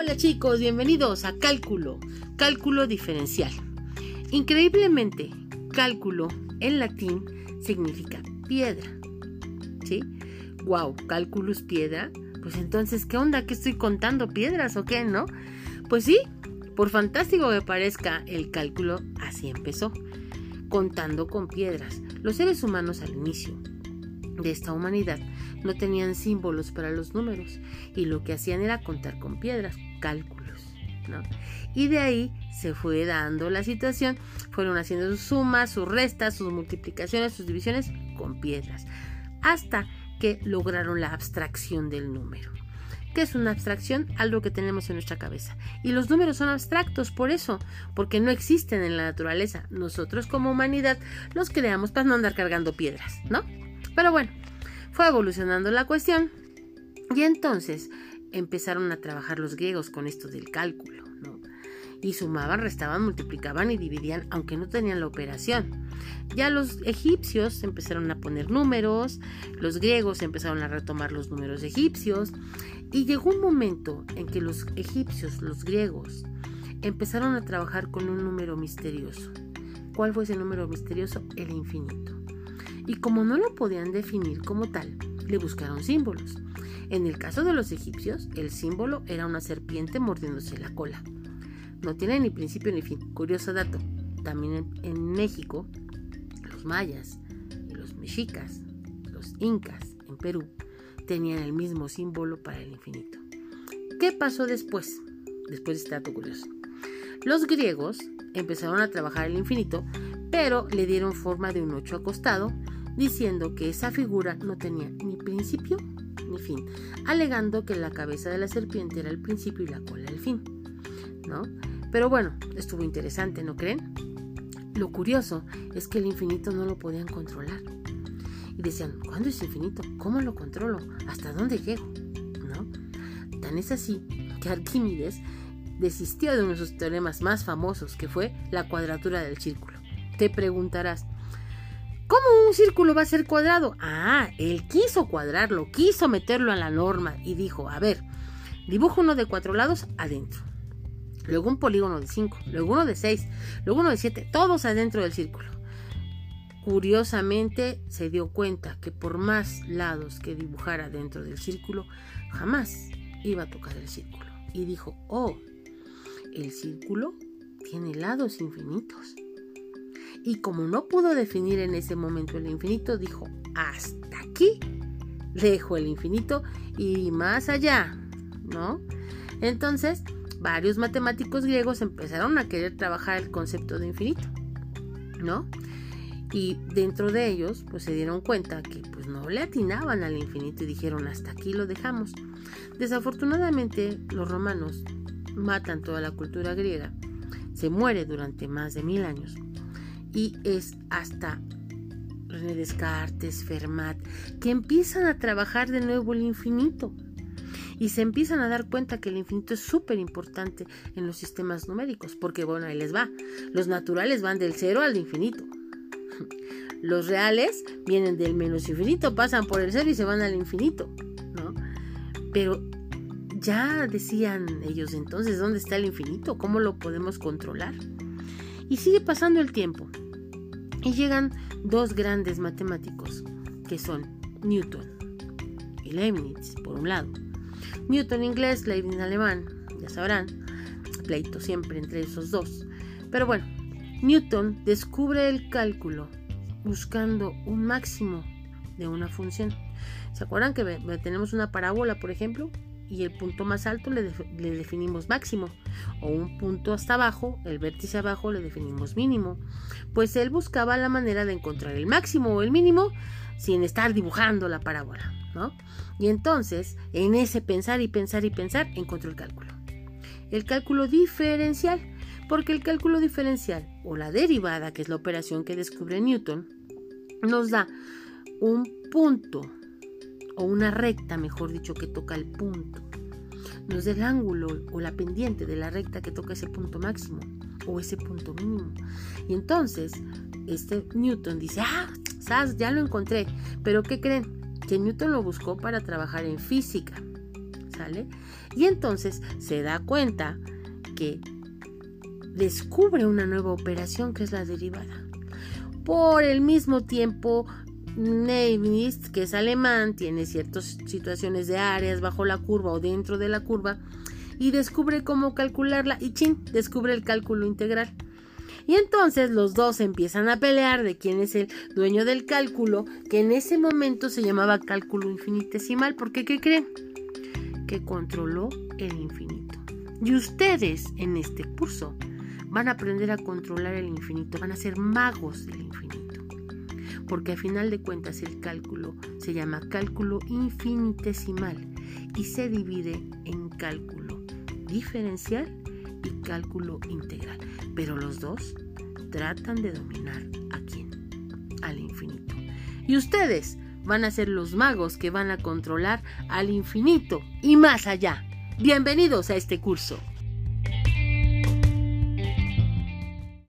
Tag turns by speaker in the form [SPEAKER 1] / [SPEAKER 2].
[SPEAKER 1] Hola chicos, bienvenidos a cálculo diferencial. Increíblemente, cálculo en latín significa piedra, ¿sí? Wow, cálculus piedra. Pues entonces, ¿qué onda? ¿Qué estoy contando? ¿Piedras o qué, no? Pues sí, por fantástico que parezca, el cálculo así empezó, contando con piedras. Los seres humanos al inicio de esta humanidad no tenían símbolos para los números y lo que hacían era contar con piedras, cálculos, ¿no? Y de ahí se fue dando la situación, fueron haciendo sus sumas, sus restas, sus multiplicaciones, sus divisiones con piedras, hasta que lograron la abstracción del número. ¿Qué es una abstracción? Algo que tenemos en nuestra cabeza. Y los números son abstractos por eso, porque no existen en la naturaleza. Nosotros como humanidad los creamos para no andar cargando piedras, ¿no? Pero bueno, fue evolucionando la cuestión y entonces empezaron a trabajar los griegos con esto del cálculo, ¿no? Y sumaban, restaban, multiplicaban y dividían, aunque no tenían la operación. Ya los egipcios empezaron a poner números, los griegos empezaron a retomar los números egipcios y llegó un momento en que los egipcios, los griegos, empezaron a trabajar con un número misterioso. ¿Cuál fue ese número misterioso? El infinito. Y como no lo podían definir como tal, le buscaron símbolos. En el caso de los egipcios, el símbolo era una serpiente mordiéndose la cola. No tiene ni principio ni fin. Curioso dato, también en México, los mayas y los mexicas, los incas en Perú, tenían el mismo símbolo para el infinito. ¿Qué pasó después? Después de este dato curioso. Los griegos empezaron a trabajar el infinito, pero le dieron forma de un 8 acostado, diciendo que esa figura no tenía ni principio ni fin, alegando que la cabeza de la serpiente era el principio y la cola el fin, ¿no? Pero bueno, estuvo interesante, ¿no creen? Lo curioso es que el infinito no lo podían controlar. Y decían, ¿cuándo es infinito? ¿Cómo lo controlo? ¿Hasta dónde llego? ¿No? Tan es así que Arquímedes desistió de uno de sus teoremas más famosos, que fue la cuadratura del círculo. Te preguntarás, ¿cómo un círculo va a ser cuadrado? Él quiso cuadrarlo, quiso meterlo a la norma y dijo, a ver, dibujo uno de 4 lados adentro, luego un polígono de 5, luego uno de 6, luego uno de 7, todos adentro del círculo. Curiosamente se dio cuenta que por más lados que dibujara dentro del círculo, jamás iba a tocar el círculo. Y dijo, el círculo tiene lados infinitos. Y como no pudo definir en ese momento el infinito, dijo, hasta aquí dejo el infinito y más allá, ¿no? Entonces, varios matemáticos griegos empezaron a querer trabajar el concepto de infinito, ¿no? Y dentro de ellos, pues se dieron cuenta que pues no le atinaban al infinito y dijeron, hasta aquí lo dejamos. Desafortunadamente, los romanos matan toda la cultura griega, se muere durante más de 1000 años. Y es hasta René Descartes, Fermat, que empiezan a trabajar de nuevo el infinito. Y se empiezan a dar cuenta que el infinito es súper importante en los sistemas numéricos. Porque bueno, ahí les va. Los naturales van del 0 al infinito. Los reales vienen del menos infinito, pasan por el 0 y se van al infinito, ¿no? Pero ya decían ellos, entonces, ¿dónde está el infinito? ¿Cómo lo podemos controlar? Y sigue pasando el tiempo. Y llegan dos grandes matemáticos, que son Newton y Leibniz, por un lado. Newton inglés, Leibniz alemán, ya sabrán, pleito siempre entre esos dos. Pero bueno, Newton descubre el cálculo buscando un máximo de una función. ¿Se acuerdan que tenemos una parábola, por ejemplo? Y el punto más alto le definimos máximo, o un punto hasta abajo, el vértice abajo, le definimos mínimo. Pues él buscaba la manera de encontrar el máximo o el mínimo sin estar dibujando la parábola, ¿no? Y entonces, en ese pensar y pensar y pensar, encontró el cálculo diferencial, porque el cálculo diferencial o la derivada, que es la operación que descubre Newton, nos da un punto o una recta, mejor dicho, que toca el punto. Nos da el ángulo o la pendiente de la recta que toca ese punto máximo o ese punto mínimo. Y entonces, Newton dice, ya lo encontré. Pero ¿qué creen? Que Newton lo buscó para trabajar en física, ¿sale? Y entonces se da cuenta que descubre una nueva operación que es la derivada. Por el mismo tiempo, Leibniz, que es alemán, tiene ciertas situaciones de áreas bajo la curva o dentro de la curva y descubre cómo calcularla y descubre el cálculo integral. Y entonces los dos empiezan a pelear de quién es el dueño del cálculo, que en ese momento se llamaba cálculo infinitesimal, porque ¿qué creen? Que controló el infinito. Y ustedes en este curso van a aprender a controlar el infinito, van a ser magos del infinito, porque a final de cuentas el cálculo se llama cálculo infinitesimal y se divide en cálculo diferencial y cálculo integral, pero los dos tratan de dominar ¿a quién? Al infinito. Y ustedes van a ser los magos que van a controlar al infinito y más allá. Bienvenidos a este curso.